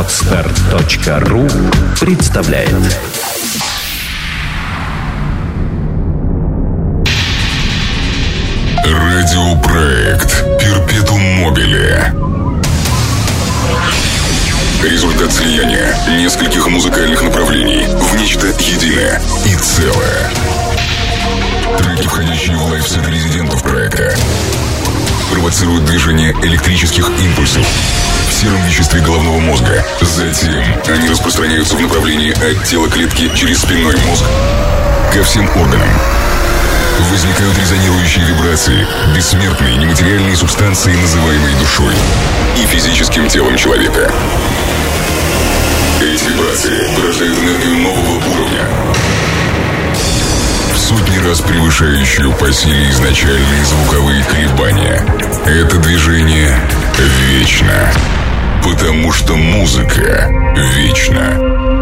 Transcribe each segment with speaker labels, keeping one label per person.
Speaker 1: Podster.ru представляет.
Speaker 2: Радиопроект Перпетум Мобиле. Результат слияния нескольких музыкальных направлений в нечто единое и целое. Треки, входящие в лайфсет резидентов проекта, провоцируют движение электрических импульсов в сером веществе головного мозга. Затем они распространяются в направлении от тела клетки через спинной мозг ко всем органам. Возникают резонирующие вибрации бессмертной нематериальной субстанции, называемой душой, и физическим телом человека. Эти вибрации порождают энергию нового уровня, в сотни раз превышающую по силе изначальные звуковые колебания. Это движение вечно, потому что музыка вечна.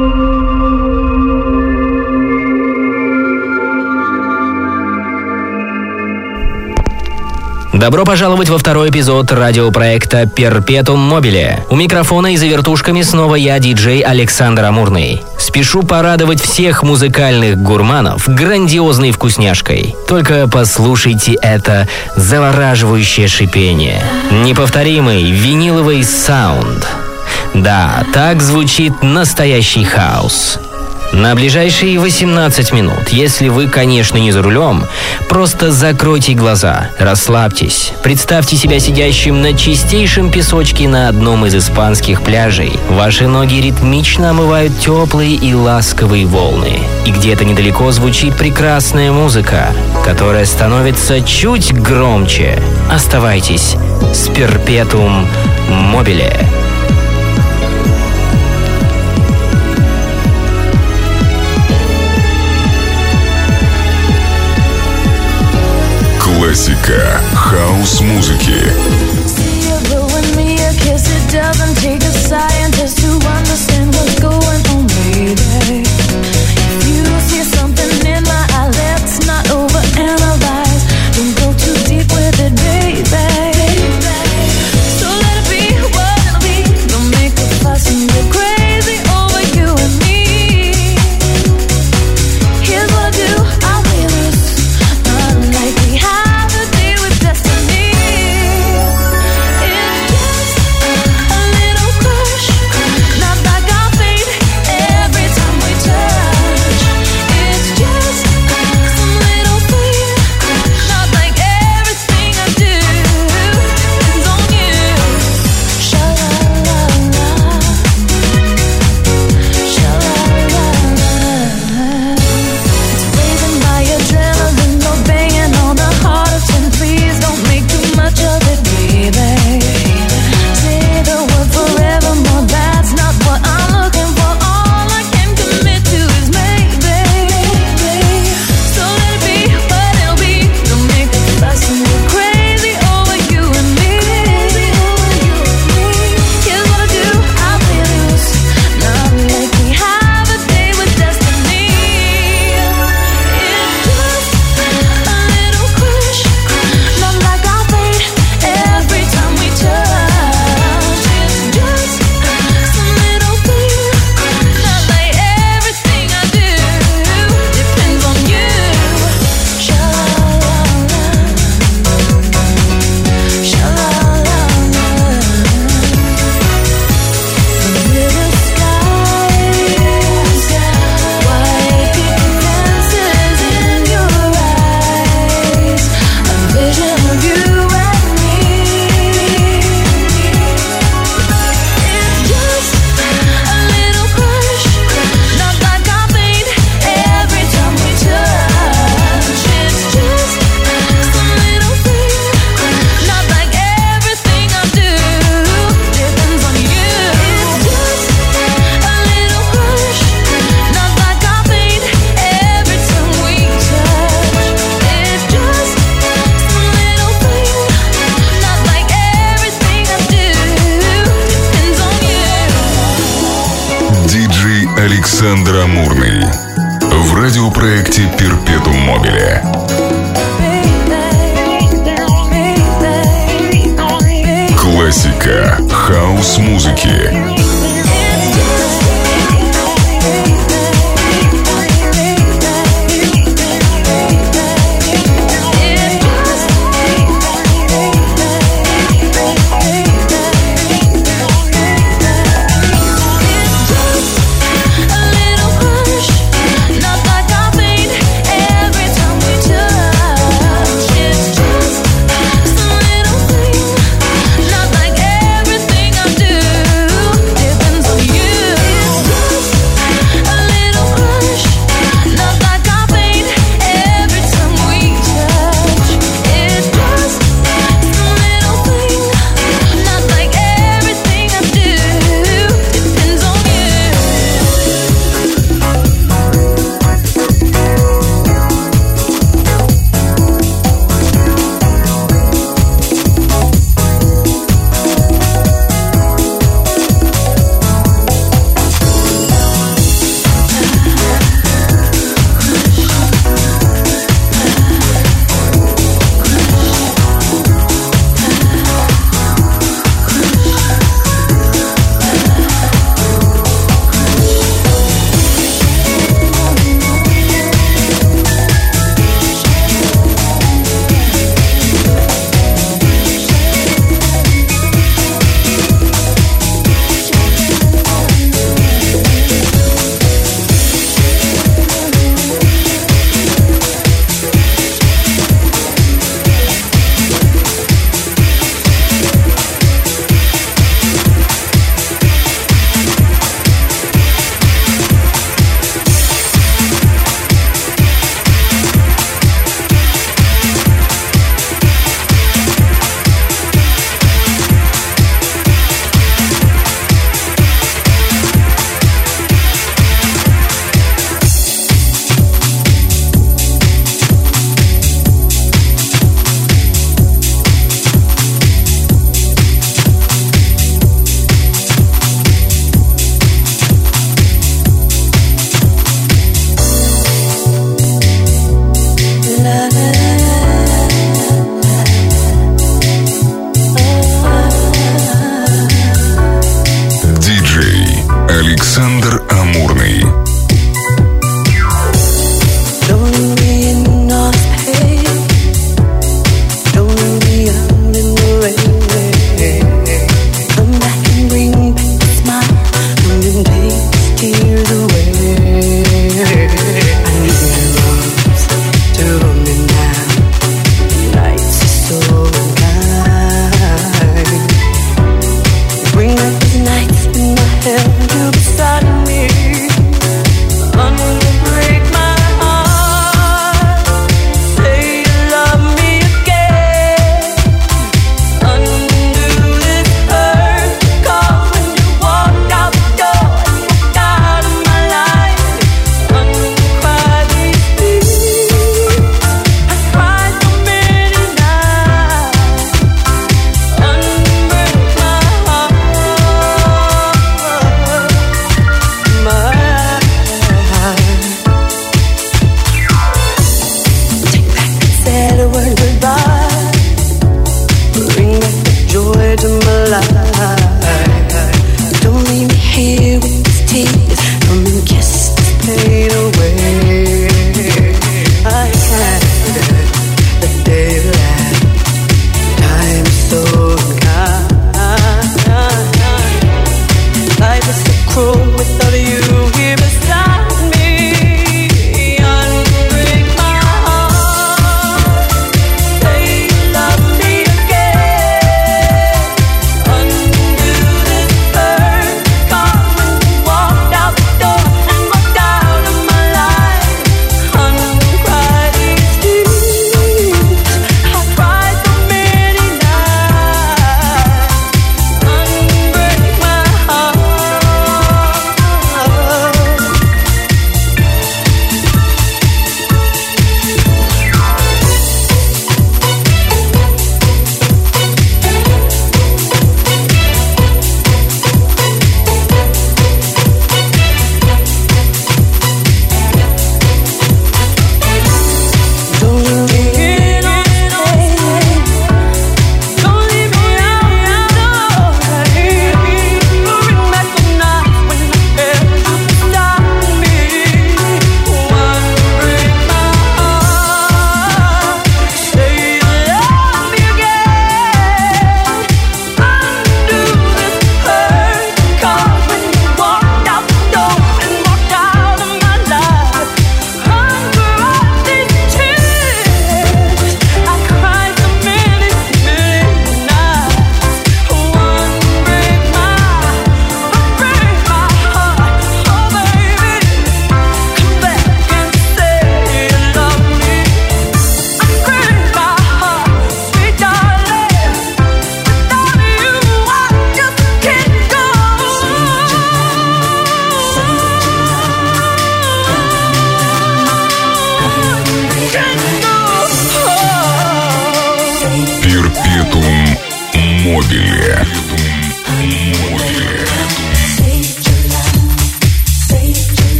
Speaker 3: Добро пожаловать во второй эпизод радиопроекта «Перпетум Мобиле». У микрофона и за вертушками снова я, диджей Александр Амурный. Спешу порадовать всех музыкальных гурманов грандиозной вкусняшкой. Только послушайте это завораживающее шипение. Неповторимый виниловый саунд. Да, так звучит настоящий хаос. На ближайшие 18 минут, если вы, конечно, не за рулем, просто закройте глаза, расслабьтесь, представьте себя сидящим на чистейшем песочке на одном из испанских пляжей. Ваши ноги ритмично омывают теплые и ласковые волны. И где-то недалеко звучит прекрасная музыка, которая становится чуть громче. Оставайтесь с Перпетум Мобиле.
Speaker 2: Классика хаус-музыки. Александр Амурный в радиопроекте «Перпетум Мобиле». Классика хаус-музыки.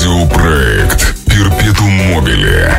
Speaker 2: Радиопроект «Перпетум Мобиле».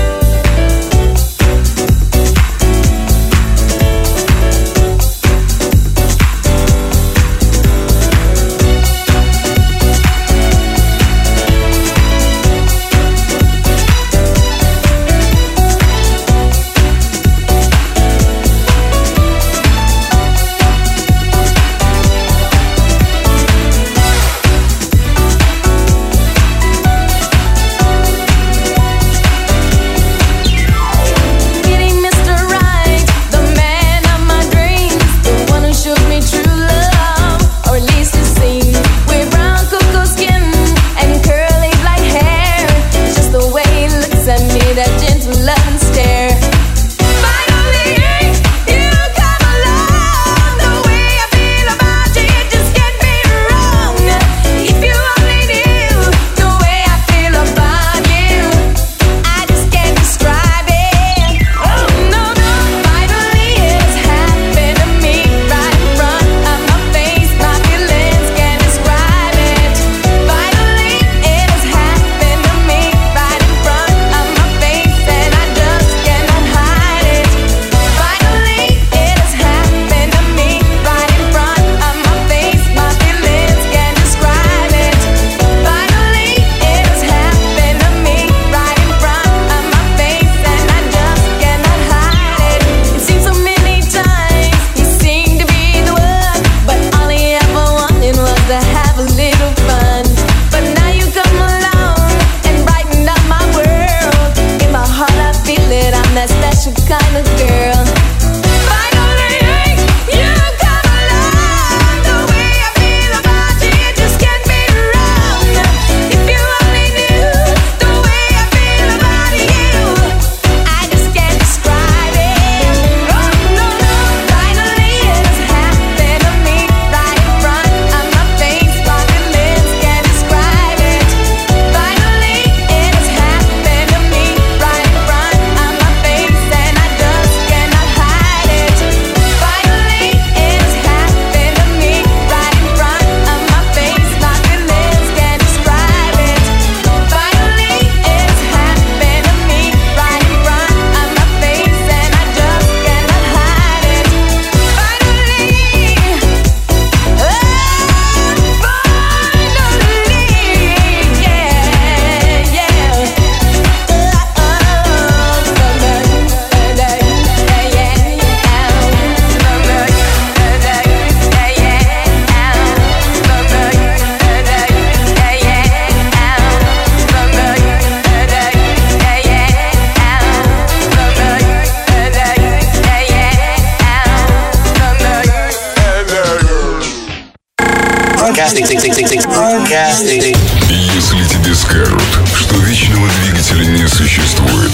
Speaker 2: Если тебе скажут, что вечного двигателя не существует,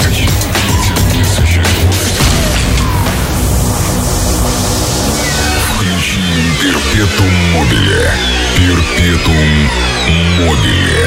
Speaker 2: включи Перпетум Мобиле. Перпетум Мобиле.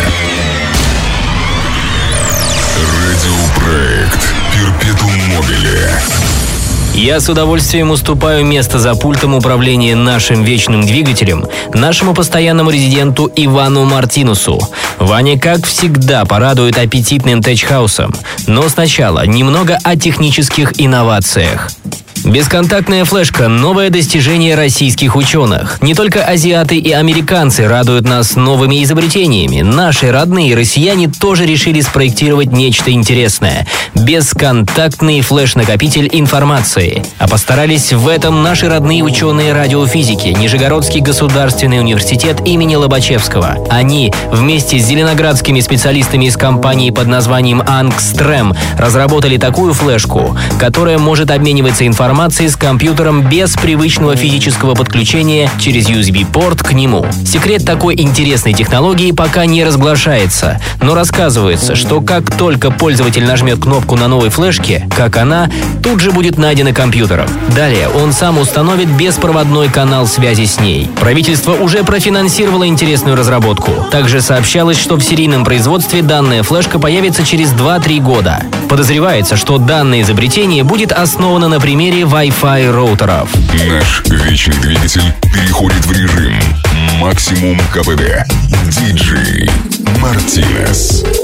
Speaker 2: Радиопроект Перпетум Мобиле.
Speaker 3: Я с удовольствием уступаю место за пультом управления нашим вечным двигателем нашему постоянному резиденту Ивану Мартинусу. Ваня, как всегда, порадует аппетитным тech-хаусом. Но сначала немного о технических инновациях. Бесконтактная флешка – новое достижение российских ученых. Не только азиаты и американцы радуют нас новыми изобретениями. Наши родные россияне тоже решили спроектировать нечто интересное – бесконтактный флеш-накопитель информации. А постарались в этом наши родные ученые радиофизики, Нижегородский государственный университет имени Лобачевского. Они вместе с зеленоградскими специалистами из компании под названием Angstrom разработали такую флешку, которая может обмениваться информацией с компьютером без привычного физического подключения через USB-порт к нему. Секрет такой интересной технологии пока не разглашается, но рассказывается, что как только пользователь нажмет кнопку на новой флешке, как она тут же будет найдена компьютером. Далее он сам установит беспроводной канал связи с ней. Правительство уже профинансировало интересную разработку. Также сообщалось, что в серийном производстве данная флешка появится через 2-3 года. Подозревается, что данное изобретение будет основано на примере Wi-Fi роутеров.
Speaker 2: Наш вечный двигатель переходит в режим максимум КПД. DJ Мартинес.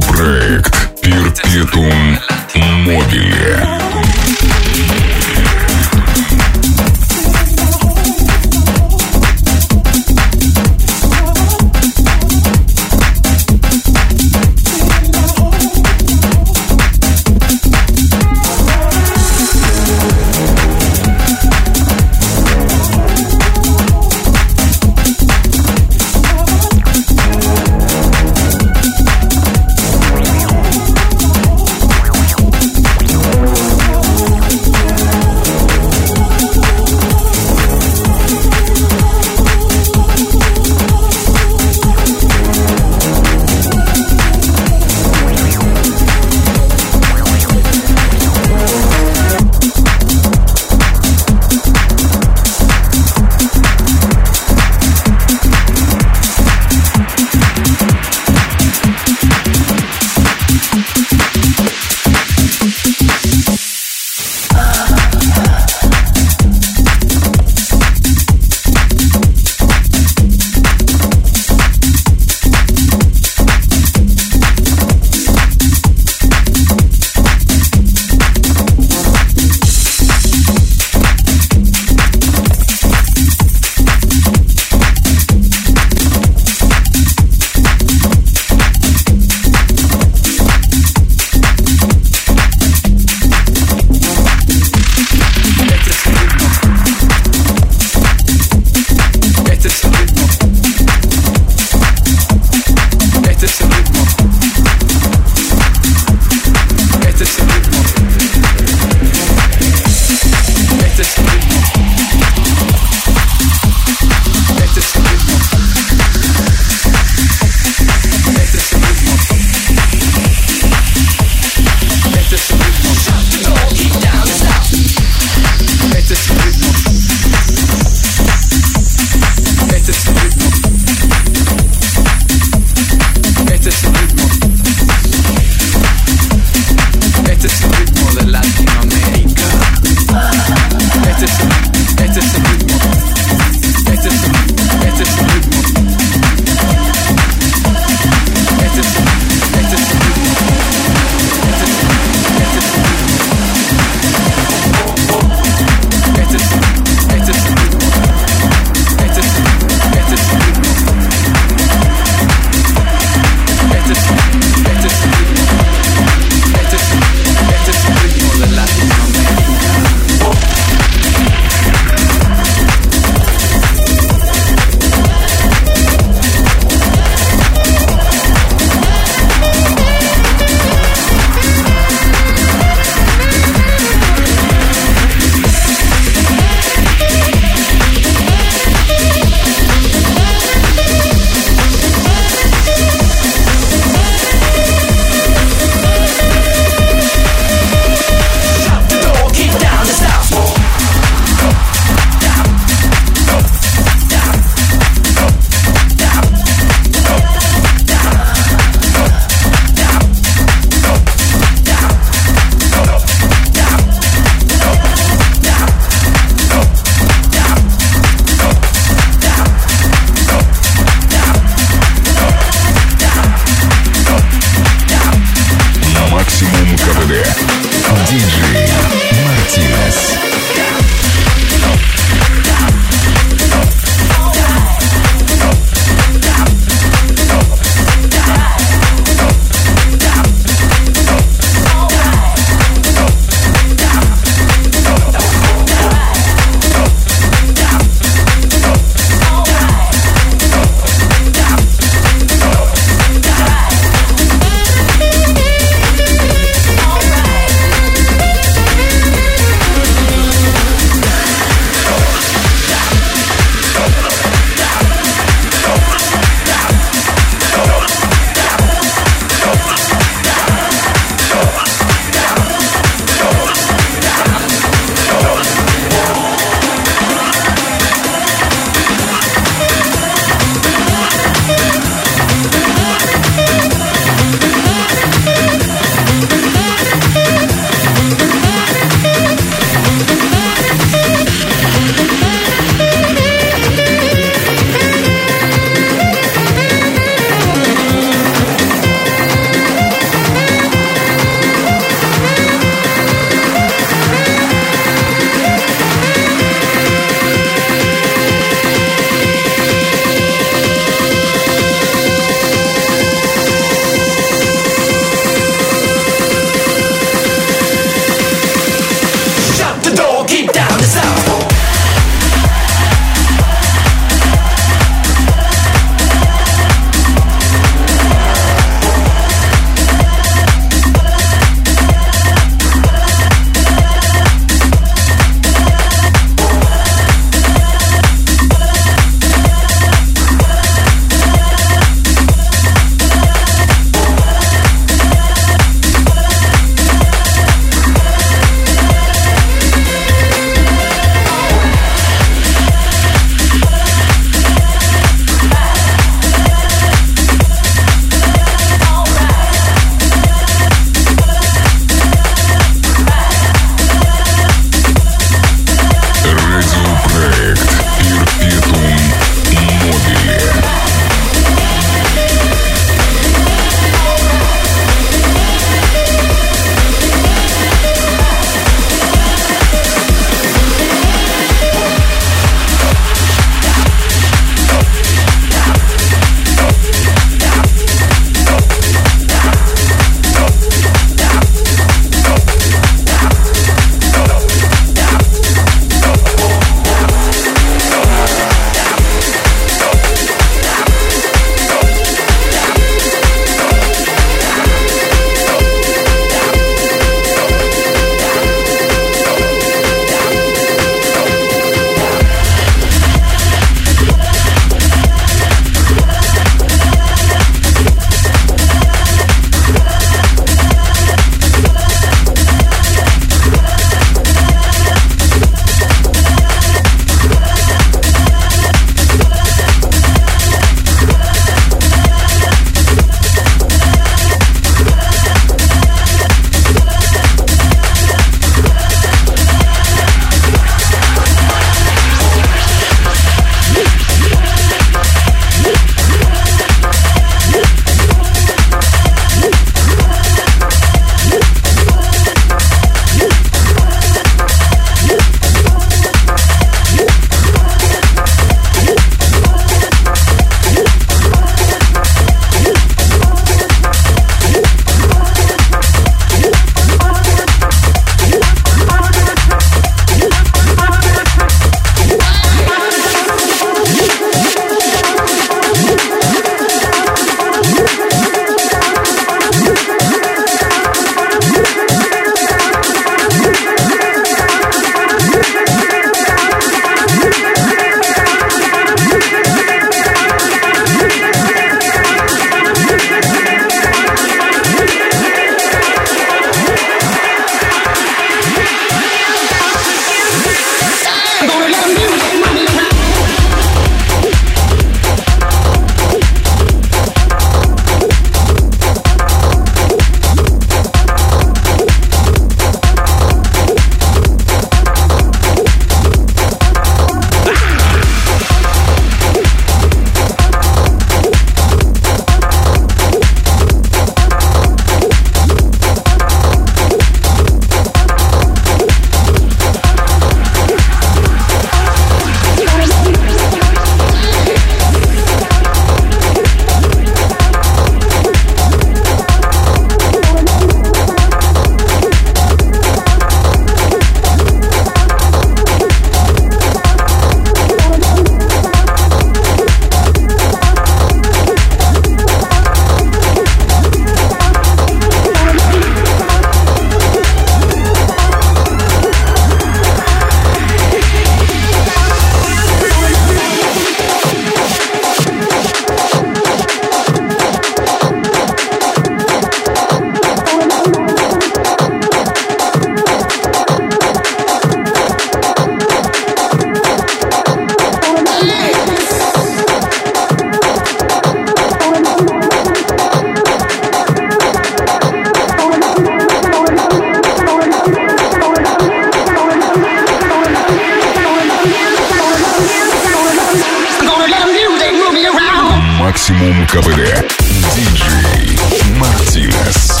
Speaker 2: максимум КПД. Диджей Мартинес.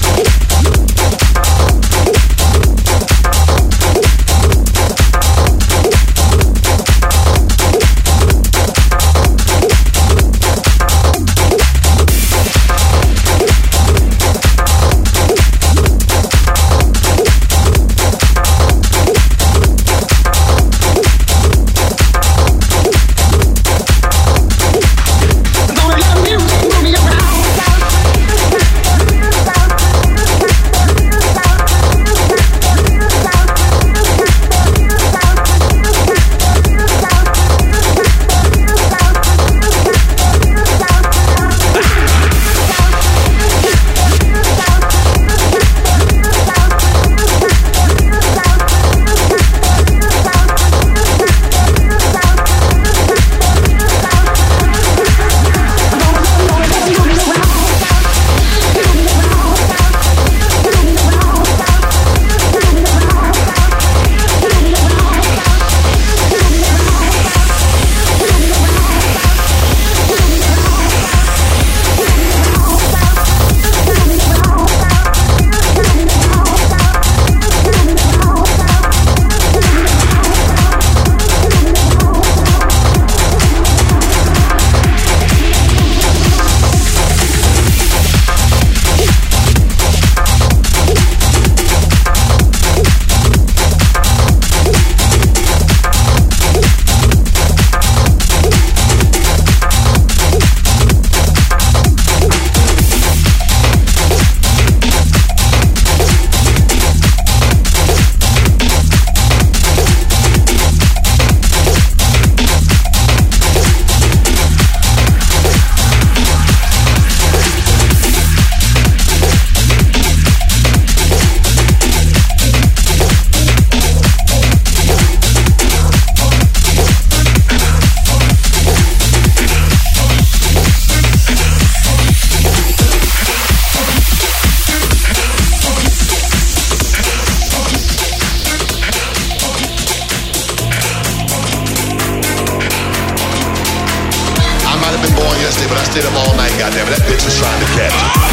Speaker 4: But I stayed up all night, goddamn it. That bitch was trying to catch.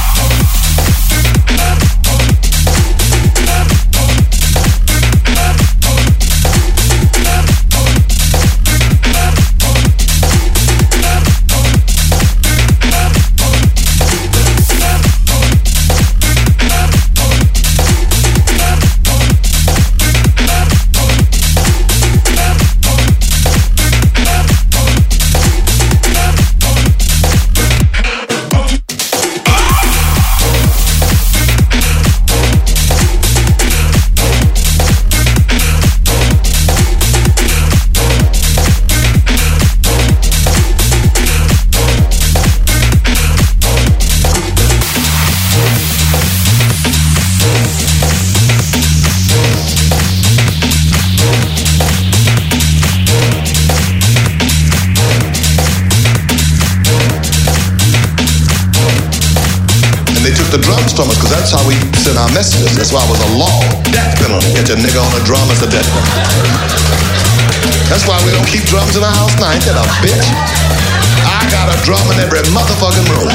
Speaker 4: The drums from us, because that's how we send our messages. That's why it was a law. Death penalty. Get your nigga on a drum, it's a death penalty. That's why we don't keep drums in our house now. Ain't that a bitch? I got a drum in every motherfucking room.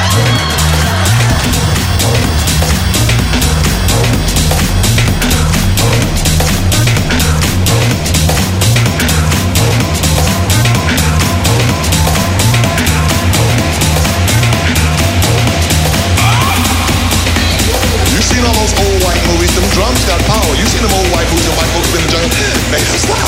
Speaker 4: All those old white movies, them drums got power. You seen them old white movies and white folks in the jungle? Man, stop.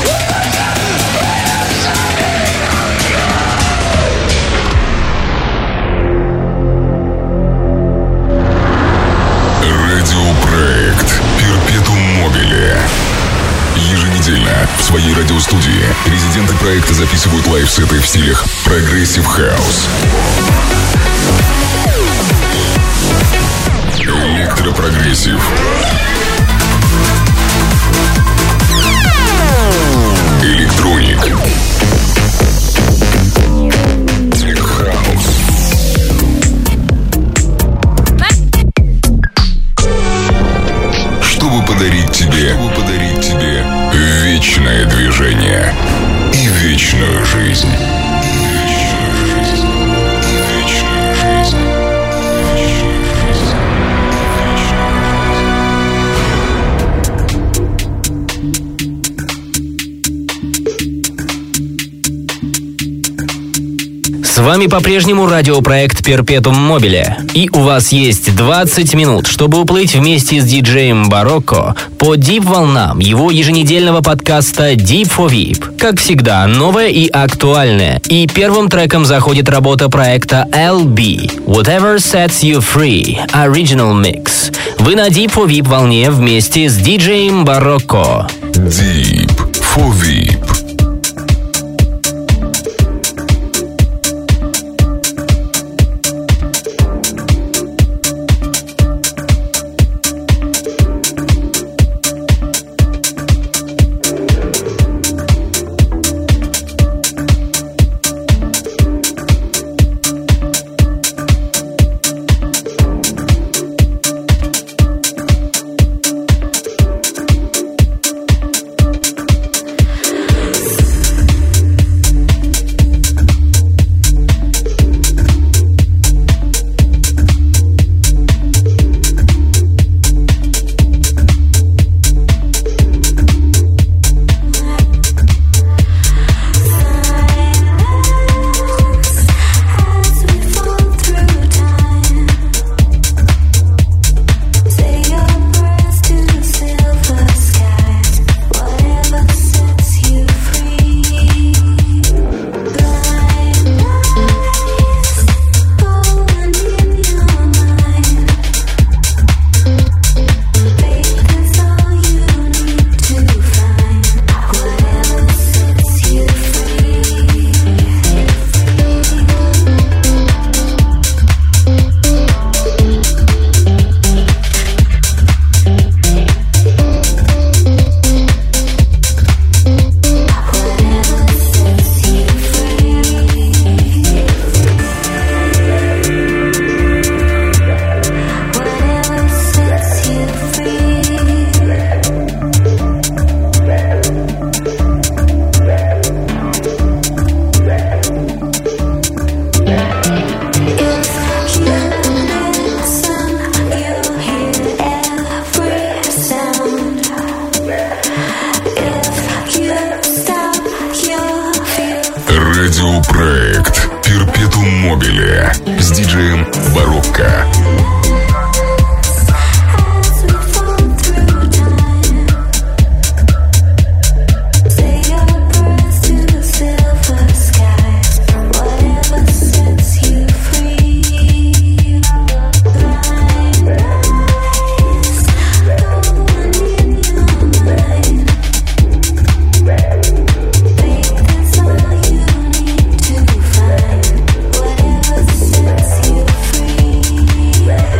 Speaker 2: Радиопроект «Перпетум Мобиле». Еженедельно в своей радиостудии резиденты проекта записывают лайв-сеты в стилях прогрессив хаус, электропрогрессив, электроник, теххаус. Чтобы подарить тебе вечное движение и вечную жизнь.
Speaker 3: С вами по-прежнему радиопроект Перпетум Мобиле. И у вас есть 20 минут, чтобы уплыть вместе с диджеем Барокко по дип-волнам его еженедельного подкаста Deep for VIP. Как всегда, новое и актуальное. И первым треком заходит работа проекта LB Whatever Sets You Free Original Mix. Вы на Deep for VIP волне вместе с диджеем Барокко.
Speaker 2: Deep for VIP. Радиопроект Перпетум Мобиле с диджеем Барокко.
Speaker 5: Whatever sets you free.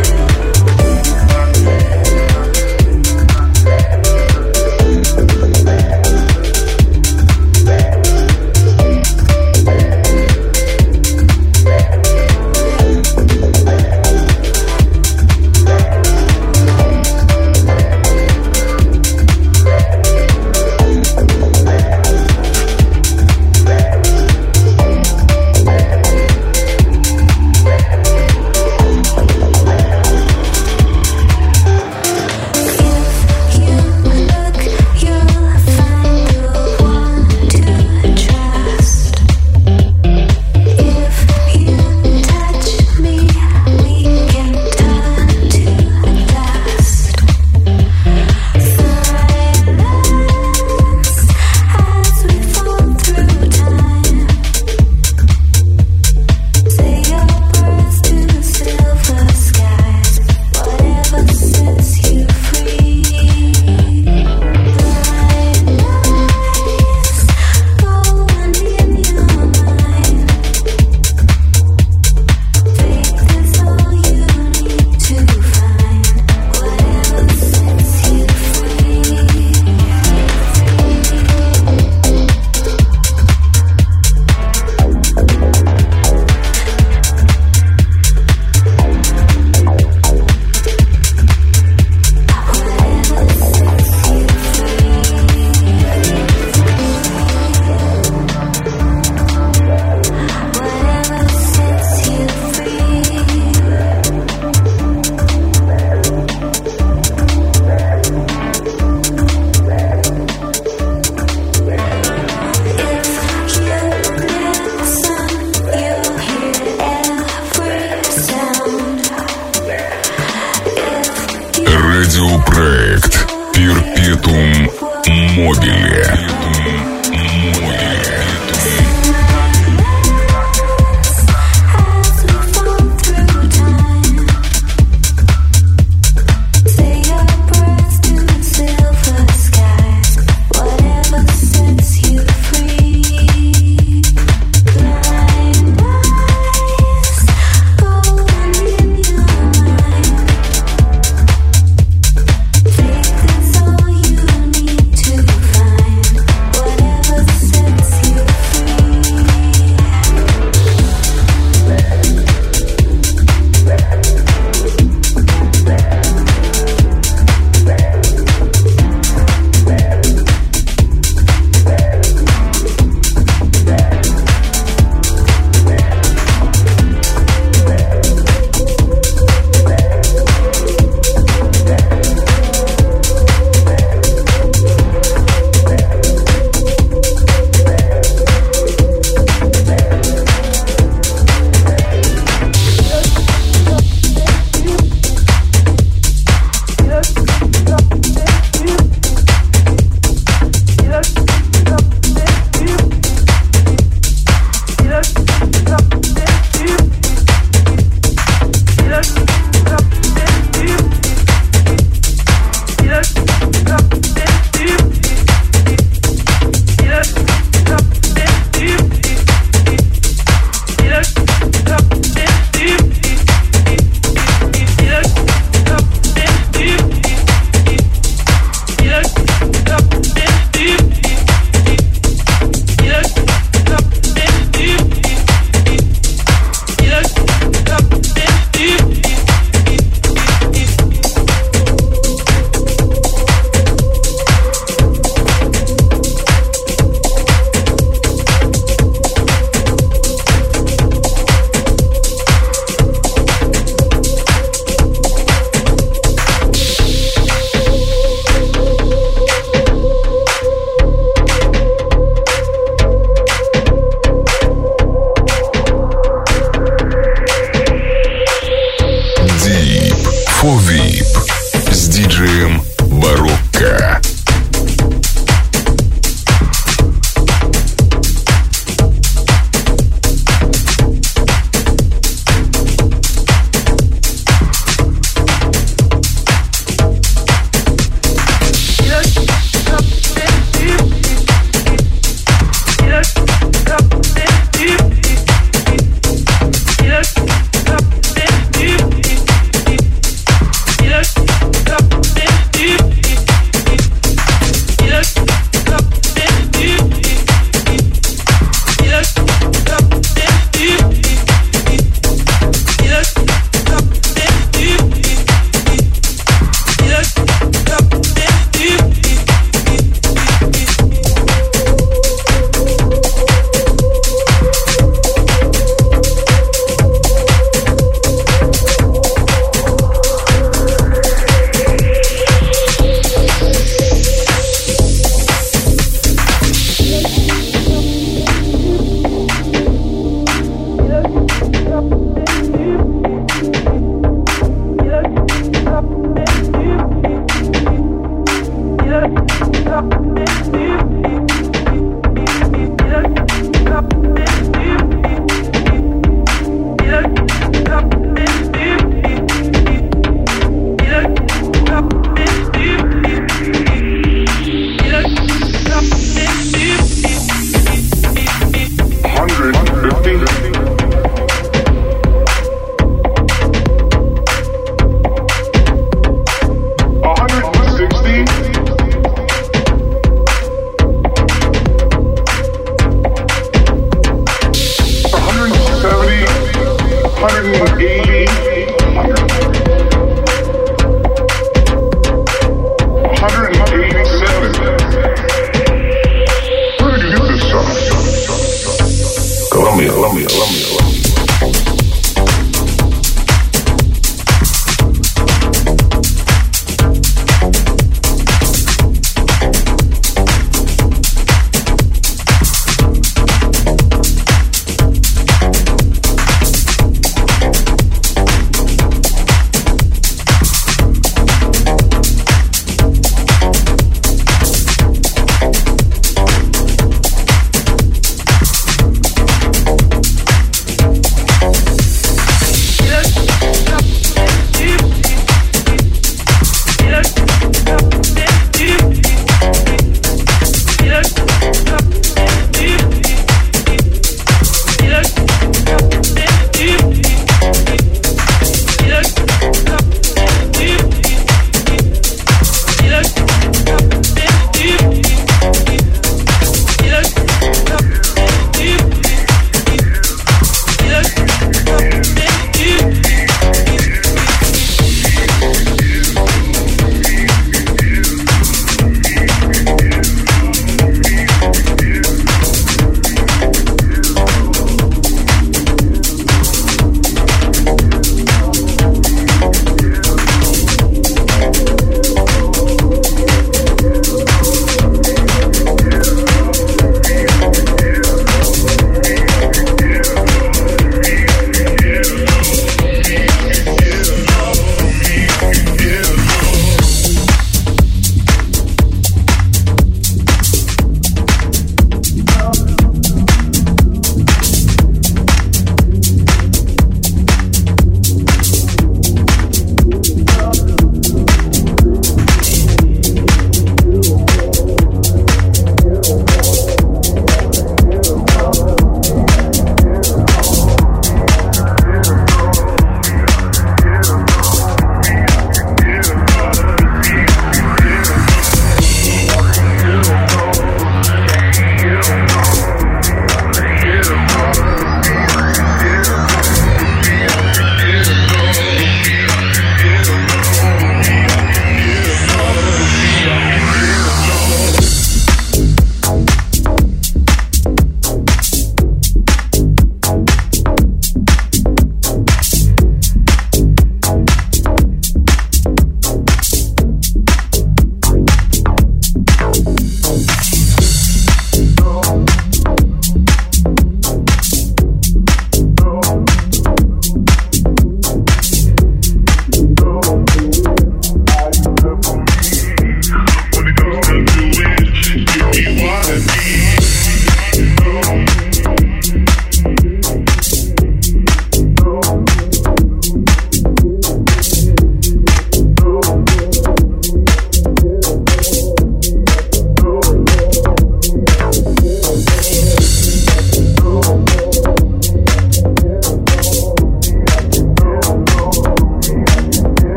Speaker 2: Мобиле. с диджеем Барокко.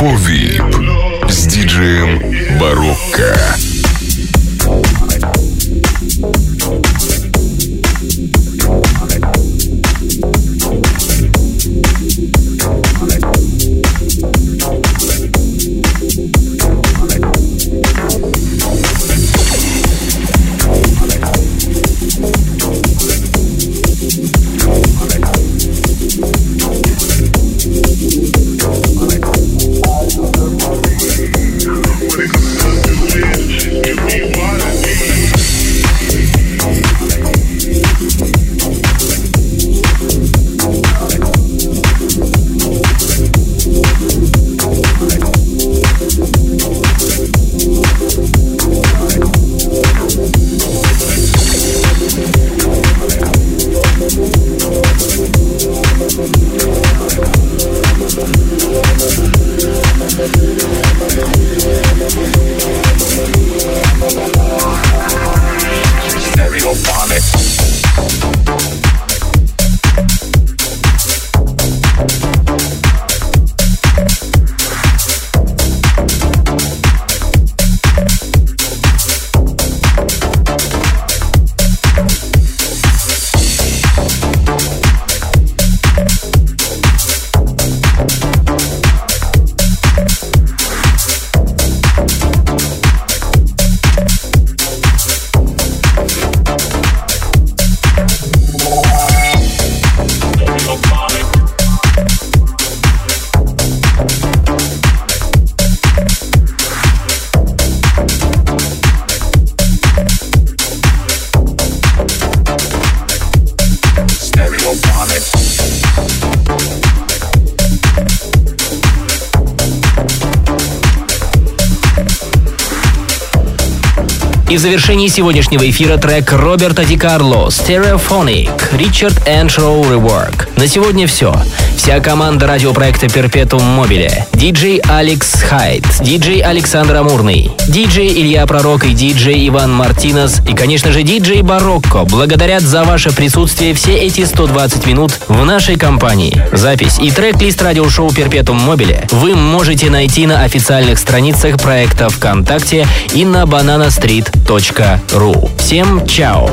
Speaker 2: Info VIP с диджеем Барокко.
Speaker 3: И в завершении сегодняшнего эфира трек Роберта Ди Карло «Stereophonic» Richard Entro Rework. На сегодня все. Вся команда радиопроекта Perpetuum Mobile, диджей Алекс Хайд, диджей Александр Амурный, диджей Илья Пророк и диджей Иван Мартинес и, конечно же, диджей Барокко благодарят за ваше присутствие все эти 120 минут в нашей компании. Запись и трек-лист радиошоу Perpetuum Mobile вы можете найти на официальных страницах проекта ВКонтакте и на bananastreet.ru. Всем чао!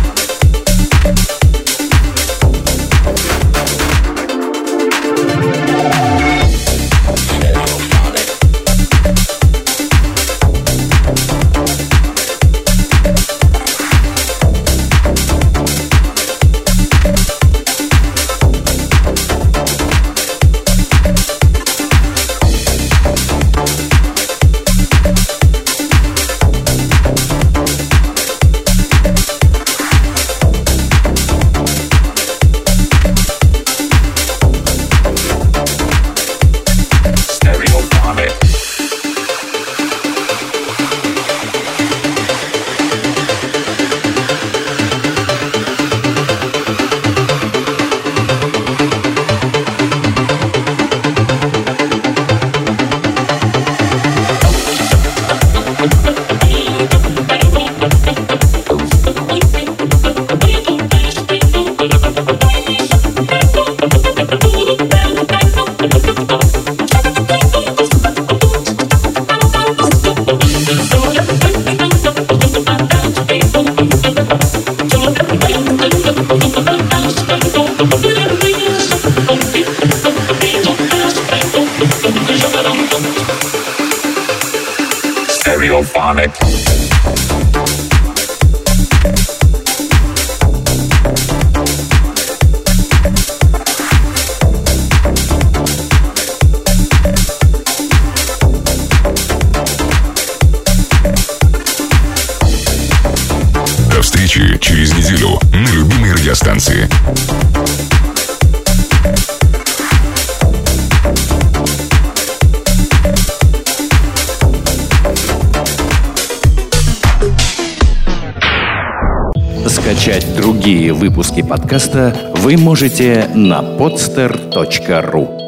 Speaker 2: Stereophonic. До встречи через неделю на любимой радиостанции.
Speaker 1: Скачать другие выпуски подкаста вы можете на podster.ru.